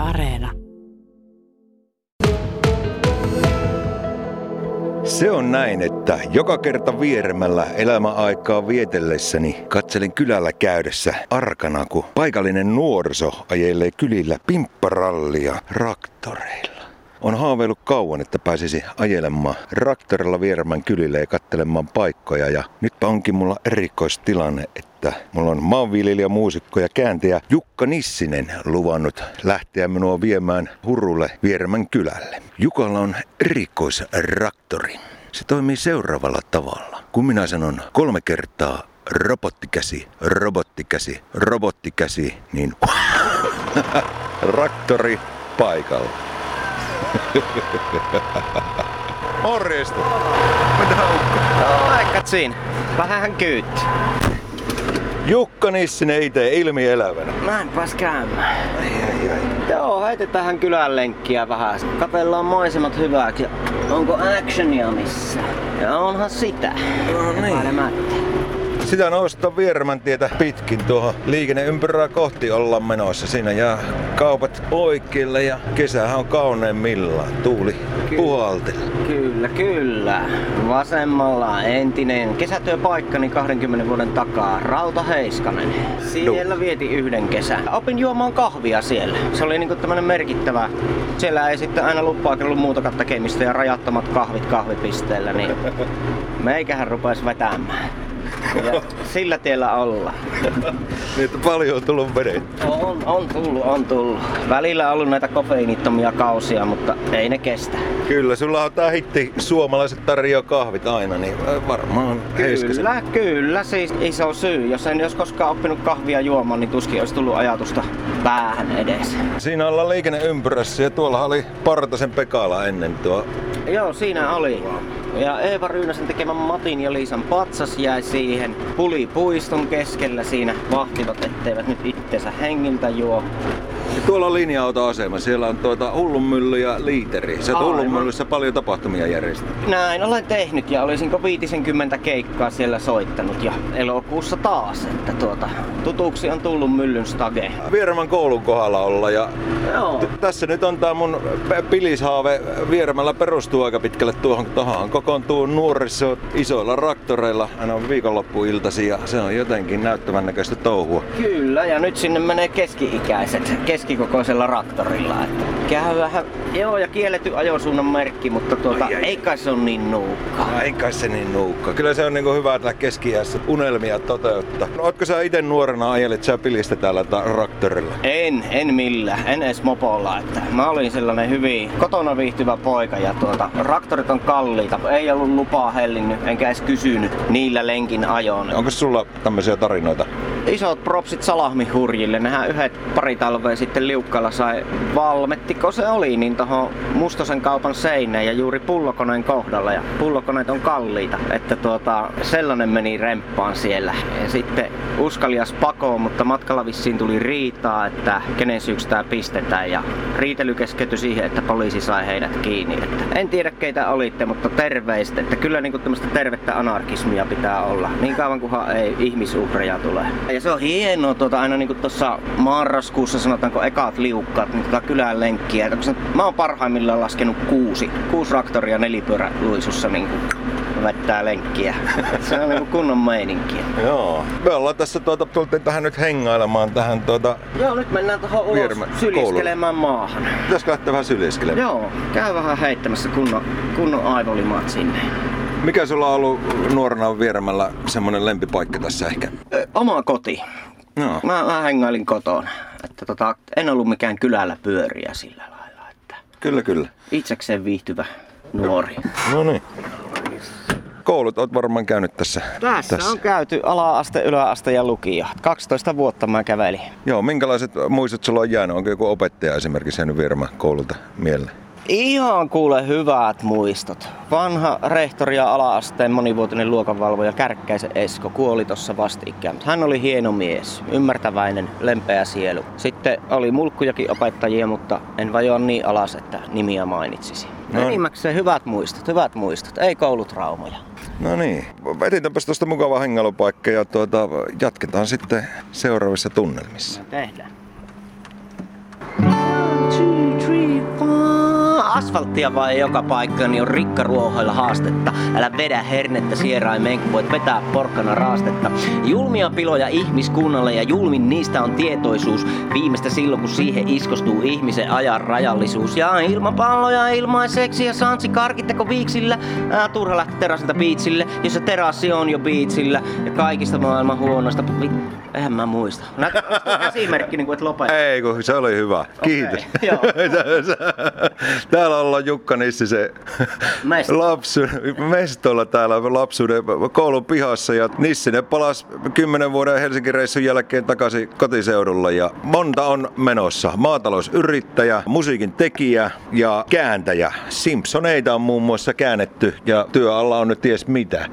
Areena. Se on näin, että joka kerta Vieremällä elämäaikaa vietellessäni katselin kylällä käydessä arkana, kun paikallinen nuoriso ajelee kylillä pimpparallia traktoreilla. On haaveillut kauan, että pääsisi ajelemaan traktorilla Vieremän kylille ja katselemaan paikkoja. Ja nytpä onkin mulla erikoistilanne, että mulla on maanviljelijä, muusikko ja kääntäjä Jukka Nissinen luvannut lähteä minua viemään Hurulle Vieremän kylälle. Jukalla on erikoistraktori. Se toimii seuraavalla tavalla. Kun minä sanon 3 kertaa robottikäsi, robottikäsi, robottikäsi, niin traktori paikalla. Morjesta! Mitä Ukko? Aikkat siinä. Vähähän kyytti. Jukka Nissinen itse ilmielävänä. Näin pääs käymään. Joo, heitetään kylän lenkkiä vähän. Katellaan maisemat hyväksi. Onko actionia missään? Ja onhan sitä. No niin. Sitä noustaan Vieremän tietä pitkin tuohon liikenneympyrää kohti ollaan menossa. Siinä jää kaupat oikeille ja kesähän on kauneimmillaan. Tuuli puhaltelee. Kyllä. Vasemmalla entinen kesätyöpaikkani 20 vuoden takaa, Rauta Heiskanen. Siellä vietin yhden kesän. Opin juomaan kahvia siellä. Se oli niinku tämmönen merkittävä. Siellä ei sitten aina lupaa ollut muutakaan tekemistä ja rajattomat kahvit kahvipisteellä, niin meikähän rupes vetämään. Ja sillä tiellä ollaan. Niin, että paljon on tullut vedettä. On tullut. Välillä on ollut näitä kofeiinittomia kausia, mutta ei ne kestä. Kyllä, sulla on tää hitti suomalaiset tarjoaa kahvit aina, niin varmaan Heiskasen. Kyllä, siis iso syy. Jos en jos koskaan oppinut kahvia juomaan, niin tuskin olisi tullut ajatusta päähän edes. Siinä ollaan liikenneympyrässä ja tuolla oli Partasen Pekala ennen tuo. Joo, siinä oli. Ja Eeva Ryynäsen tekemä Matin ja Liisan patsas jäi siihen pulipuiston keskellä. Siinä vahtivat, etteivät nyt itsensä hengiltä juo. Ja tuolla on linja-autoasema. Siellä on Hullunmylly ja Liiteri. Sä oot Hullunmyllyssä paljon tapahtumia järjestänyt. Näin olen tehnyt ja olisinko 50 keikkaa siellä soittanut ja elokuussa taas. Että tutuksi on tullut Myllyn stage. Vieremän koulun kohdalla olla ja tässä nyt on tää mun pilishaave. Vieremällä perustuu aika pitkälle tuohon kokoontuu nuoriso isoilla traktoreilla aina viikonloppuiltaisin ja se on jotenkin näyttävän näköistä touhua. Kyllä, ja nyt sinne menee keski-ikäiset keskikokoisella traktorilla. Käy vähän, ja kielletty ajosuunnan merkki, mutta ei kai se on niin nuukka. Ei kai se niin nuukka. Kyllä se on niinku hyvä, että keski-iässä unelmia toteuttaa. No, ootko sä ite nuorena ajelit sä pilistä täällä traktorilla? En millään, en edes mopolla. Että mä olin sellainen hyvin kotona viihtyvä poika ja traktorit on kalliita. Ei ollut lupaa hellinnyt, enkä edes kysynyt niillä lenkin ajoon. Onko sulla tämmöisiä tarinoita? Isot propsit Salahmi-hurjille. Nehän yhdet pari talvea sitten Liukkaalla sai valmettiko se oli, niin tohon Mustosen kaupan seinään ja juuri pullokoneen kohdalla. Ja pullokoneet on kalliita, että sellainen meni remppaan siellä. Ja sitten uskalias pakoon, mutta matkalla vissiin tuli riitaa, että kenen syyksi tää pistetään. Ja riitely keskeytyi siihen, että poliisi sai heidät kiinni. Että en tiedä keitä olitte, mutta terveistä, että kyllä niinku tämmöistä tervettä anarkismia pitää olla. Niin kauan kunhan ei ihmisuhreja tule. Ja se on hienoa aina niinku tuossa marraskuussa sanotaanko ekat liukkaat, niin kylän lenkkiä. Mä oon parhaimmillaan laskenut 6 traktoria nelipyöräluisussa niinku vettää lenkkiä. Se on niinku kunnon meininkiä. Joo. Me ollaan tässä tultiin tähän nyt hengailemaan tähän Joo, nyt mennään tuohon ulos syljeskelemään maahan. Pitäisikö lähteä vähän syljeskelemään? Joo, käy vähän heittämässä kunnon aivolimaat sinne. Mikä sulla on ollut nuorena Vieremällä semmonen lempipaikka tässä ehkä? Oma koti. No. Mä hengailin kotona. Että en ollut mikään kylällä pyöriä sillä lailla. Että Kyllä. Itsekseen viihtyvä nuori. No niin. Koulut oot varmaan käynyt tässä. Tässä on käyty ala-aste, yläaste ja lukio. 12 vuotta mä kävelin. Joo, minkälaiset muistot sulla on jäänyt? Onko joku opettaja esimerkiksi jäänyt Vieremän koululta mieleen? Ihan kuule hyvät muistot. Vanha rehtori ja ala-asteen monivuotinen luokanvalvoja Kärkkäisen Esko kuoli tossa vastikään. Hän oli hieno mies, ymmärtäväinen, lempeä sielu. Sitten oli mulkkujakin opettajia, mutta en vajoa niin alas, että nimiä mainitsisi. Enimmäkseen hyvät muistot, ei koulutraumoja. No niin, etitäänpäs tuosta mukava hengailupaikka ja jatketaan sitten seuraavissa tunnelmissa. Tehdään. asfalttia vai joka paikka, niin on rikkaruohoilla haastetta. Älä vedä hernettä sieraimeen, kun voit vetää porkkana raastetta. Julmia piloja ihmiskunnalle ja julmin niistä on tietoisuus. Viimeistä silloin, kun siihen iskostuu ihmisen ajan rajallisuus. Ja ilmapalloja ilmaiseksi ja saansi karkitteko viiksillä. Turha lähteä terassilta biitsille, jossa terassi on jo biitsillä. Ja kaikista maailman huonoista. Eihän mä muista. Esimerkki, niin kuin et lopeta. Ei, kun se oli hyvä. Kiitos. Täällä ollaan Jukka Nissisen mestolla täällä lapsuuden koulun pihassa. Ja Nissinen palasi 10 vuoden Helsingin reissun jälkeen takaisin kotiseudulla. Ja monta on menossa. Maatalousyrittäjä, musiikin tekijä ja kääntäjä. Simpsoneita on muun muassa käännetty ja työalla on nyt ties mitä.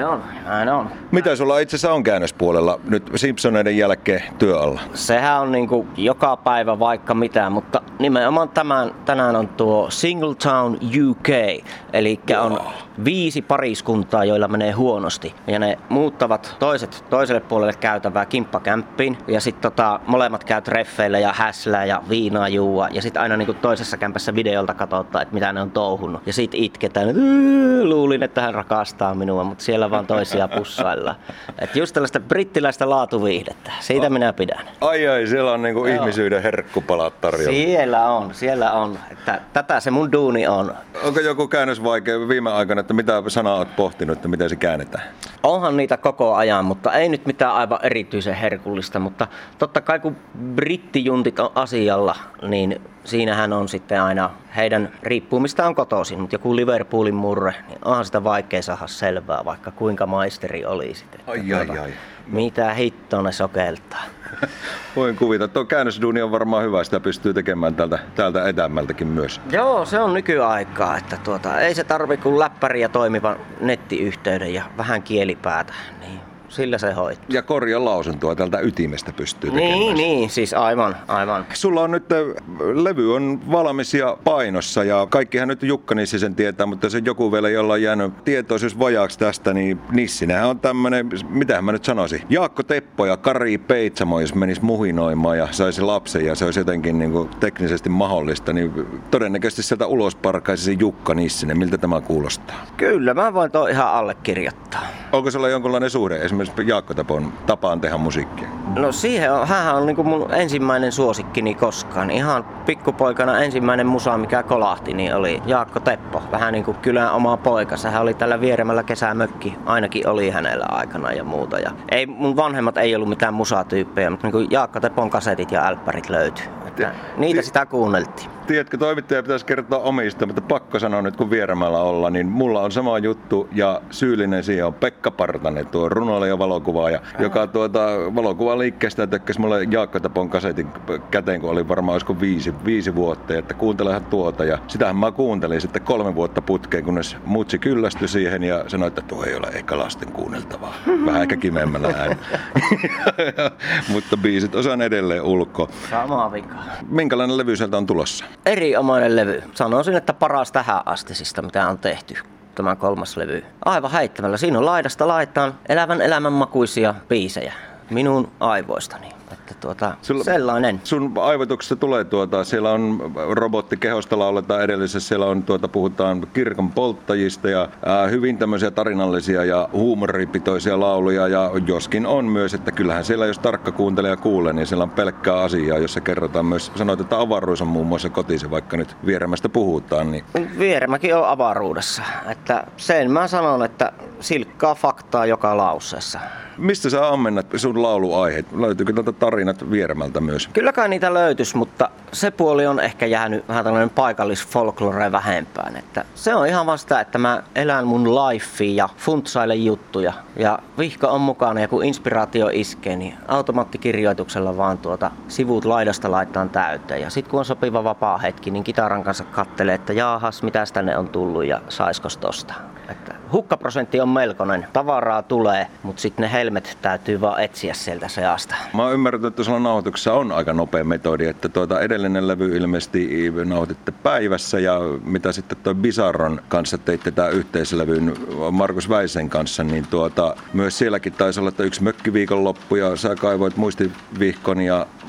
Näin on. Mitä sulla itse asiassa on käännöspuolella nyt Simpsoneiden jälkeen työalla? Sehän on niinku joka päivä vaikka mitä, mutta nimenomaan tänään on tuo Singletown UK, eli on 5 pariskuntaa, joilla menee huonosti. Ja ne muuttavat toiselle puolelle käytävää kimppakämppiin. Ja sitten molemmat käy treffeillä ja häslää ja viinaa juua. Ja sitten aina niinku toisessa kämpässä videolta katsottaa, että mitä ne on touhunut. Ja sitten itketään, että luulin, että hän rakastaa minua, mutta siellä vaan toisia pussaillaan. Että just tällaista brittiläistä laatuviihdettä. Siitä minä pidän. Ai, siellä on niinku ihmisyyden herkkupalat tarjolla. Siellä on. Että tätä se mun duuni on. Onko joku käännös vaikea viime aikoina, että mitä sanaa olet pohtinut, että miten se käännetään? Onhan niitä koko ajan, mutta ei nyt mitään aivan erityisen herkullista. Mutta totta kai kun brittijuntit on asialla, niin siinähän on sitten aina heidän riippumistaan kotoisin. Mutta joku Liverpoolin murre, niin onhan sitä vaikea saada selvää, vaikka kuinka maisteri oli sitten. Ai. Mitä hittoa ne sokeltaa. Voin kuvita. Tuo käännösduuni on varmaan hyvä, sitä pystyy tekemään täältä etämältäkin myös. Joo, se on nykyaikaa, että ei se tarvi kuin läppäri ja toimivan nettiyhteyden ja vähän kielipäätä, niin sillä se hoitaa. Ja korjan lausuntoa tältä ytimestä pystyy tekemään. Niin, siis aivan. Sulla on nyt, levy on valmis ja painossa ja kaikkihan nyt Jukka Nissisen tietää, mutta se joku vielä, jolla on jäänyt tietoisuus vajaaksi tästä, niin Nissinenhän on tämmönen, mitähän mä nyt sanoisin, Jaakko Teppo ja Kari Peitsamo, jos menis muhinoimaan ja saisi lapsen ja se olisi jotenkin niin kuin teknisesti mahdollista, niin todennäköisesti sieltä ulos parkaisi se Jukka Nissinen. Miltä tämä kuulostaa? Kyllä, mä voin tuon ihan allekirjoittaa. Onko sulla jonkunlainen suhde esimerkiksi Jaakko Tepon tapaan tehdä musiikkia? No hänhän on niinku mun ensimmäinen suosikkini koskaan. Ihan pikkupoikana ensimmäinen musa, mikä kolahti, niin oli Jaakko Teppo. Vähän niinku kylän oma poika. Sehän oli tällä Vieremällä kesämökki. Ainakin oli hänellä aikana ja muuta. Ja mun vanhemmat ei ollut mitään musatyyppejä, mutta niinku Jaakko Tepon kasetit ja älppärit löytyi. Niitä sitä kuunneltiin. Tiedätkö, toimittaja pitäisi kertoa omista, mutta pakko sanoa nyt kun Vieremällä ollaan, niin mulla on sama juttu ja syyllinen siihen on Pekka Partanen, tuo runoilija ja valokuvaaja, joka valokuvaliikkeestä tökkäsi mulle Jaakko Tepon kasetin käteen, kun oli varmaan olisiko 5 vuotta, että kuuntelehan tuota. Ja sitähän mä kuuntelin sitten 3 vuotta putkeen, kunnes mutsi kyllästyi siihen ja sanoi, että tuo ei ole eikä lasten kuunneltavaa. Vähän ehkä kimeämmällä ääni. Mutta biisit osaan edelleen ulkoa. Samaa vikaa. Minkälainen levy sieltä on tulossa? Erinomainen levy. Sanoisin, että paras tähän astisista, mitä on tehty. Tämä 3. levy. Aivan heittämällä. Siinä on laidasta laitaan elävän elämän makuisia biisejä. Minun aivoistani. Että sellainen. Sun aivotuksesta tulee siellä on robottikehosta lauletaan edellisessä, siellä on puhutaan kirkon polttajista ja hyvin tämmöisiä tarinallisia ja huumoripitoisia lauluja ja joskin on myös, että kyllähän siellä jos tarkka kuuntelija kuulee, niin siellä on pelkkää asiaa, jossa kerrotaan myös, sanoit, että avaruus on muun muassa kotisi, vaikka nyt Vieremästä puhutaan. Niin... Vieremäkin on avaruudessa, että sen mä sanon, että silkkaa faktaa joka lauseessa. Mistä sä ammennat sun lauluaiheet? Löytyykö tarinat Vieremältä myös? Kyllä kai niitä löytyisi, mutta se puoli on ehkä jäänyt vähän tällainen paikallisfolklore vähempään. Että se on ihan vasta, että mä elän mun lifea ja funtsailen juttuja. Ja vihko on mukana ja kun inspiraatio iskee, niin automaattikirjoituksella vaan sivut laidasta laittaan täyteen. Ja sit kun on sopiva vapaa hetki, niin kitaran kanssa kattelee, että jaahas, mitäs tänne on tullut ja saiskos tosta. Että hukkaprosentti on melkoinen. Tavaraa tulee, mutta sitten ne helmet täytyy vaan etsiä sieltä seasta. Mä oon ymmärtänyt, että sulla nauhoituksessa on aika nopea metodi, että edellinen levy ilmeisesti nauhoititte päivässä ja mitä sitten toi Bizarron kanssa teitte tää yhteislevyn Markus Väisen kanssa, niin myös sielläkin taisi olla, että 1 mökkiviikonloppu ja sä kaivoit muistivihkon ja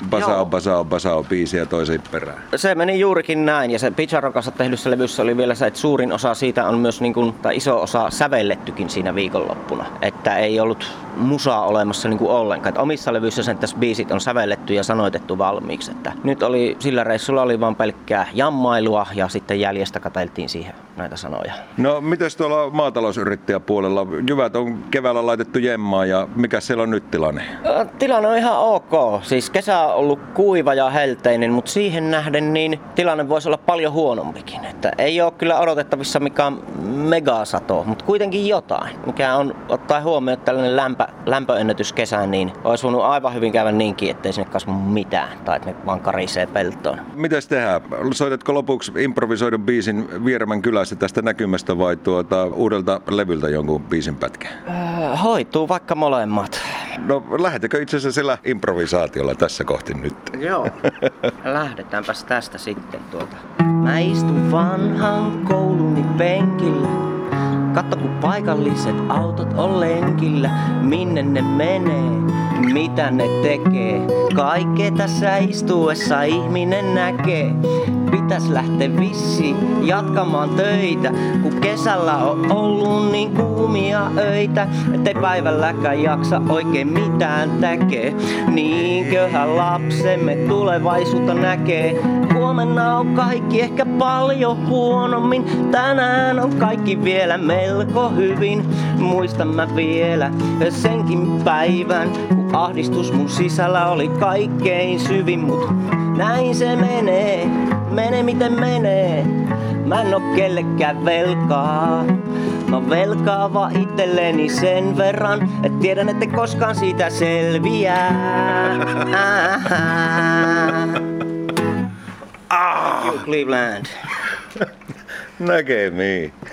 basao biisiä toisen perään. Se meni juurikin näin, ja se Pizarron kanssa tehdyssä levyssä oli vielä se, että suurin osa siitä on myös tai iso osa sävellettykin siinä viikonloppuna. Että ei ollut musaa olemassa ollenkaan. Että omissa levyissä sen tässä biisit on sävelletty ja sanoitettu valmiiksi. Että nyt sillä reissulla oli vaan pelkkää jammailua ja sitten jäljestä katseltiin siihen näitä sanoja. No mites tuolla maatalousyrittäjäpuolella? Jyvät on keväällä laitettu jemmaan ja mikä siellä on nyt tilanne? Tilanne on ihan ok. Siis kesä on ollut kuiva ja helteinen, mutta siihen nähden niin tilanne voisi olla paljon huonompikin. Että ei ole kyllä odotettavissa mikään megasato, mutta kuitenkin jotain. Mikä on ottaa huomioon, että tällainen lämpöennätys kesään, niin olisi voinut aivan hyvin käydä niinkin, ettei sinne kasva mitään tai että ne vaan karisee peltoon. Mitäs tehdään? Soitatko lopuksi improvisoidun biisin Vieremän kylässä tästä näkymästä vai uudelta levyltä jonkun biisin pätkä? Hoituu vaikka molemmat. No lähdetäänkö itse asiassa sillä improvisaatiolla tässä kohti nyt? Joo. Lähdetäänpäs tästä sitten Mä istun vanhan kouluni penkillä. Katso kun paikalliset autot on lenkillä. Minne ne menee, mitä ne tekee. Kaikkea tässä istuessa ihminen näkee. Pitäis lähteä vissiin jatkamaan töitä, kun kesällä on ollut niin kuumia öitä, ettei päivälläkään jaksa oikein mitään tekee. Niinköhän lapsemme tulevaisuutta näkee. Huomenna on kaikki ehkä paljon huonommin. Tänään on kaikki vielä melko hyvin. Muistan mä vielä senkin päivän, kun ahdistus mun sisällä oli kaikkein syvin. Mut näin se menee. Mene miten menee, mä en oo kellekään velkaa. Mä velkaa vaan itselleni sen verran, et tiedän ette koskaan siitä selviää. Thank you, Cleveland. Näkemiin.